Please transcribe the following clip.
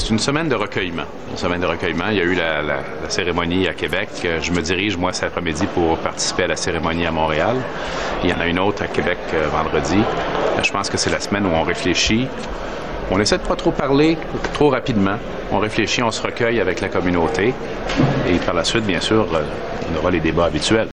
une semaine de recueillement. Une semaine de recueillement. Il y a eu la cérémonie à Québec. Je me dirige, moi, cet après-midi pour participer à la cérémonie à Montréal. Il y en a une autre à Québec vendredi. Je pense que c'est la semaine où on réfléchit. On essaie de pas trop parler trop rapidement. On réfléchit, on se recueille avec la communauté. Et par la suite, bien sûr, on aura les débats habituels.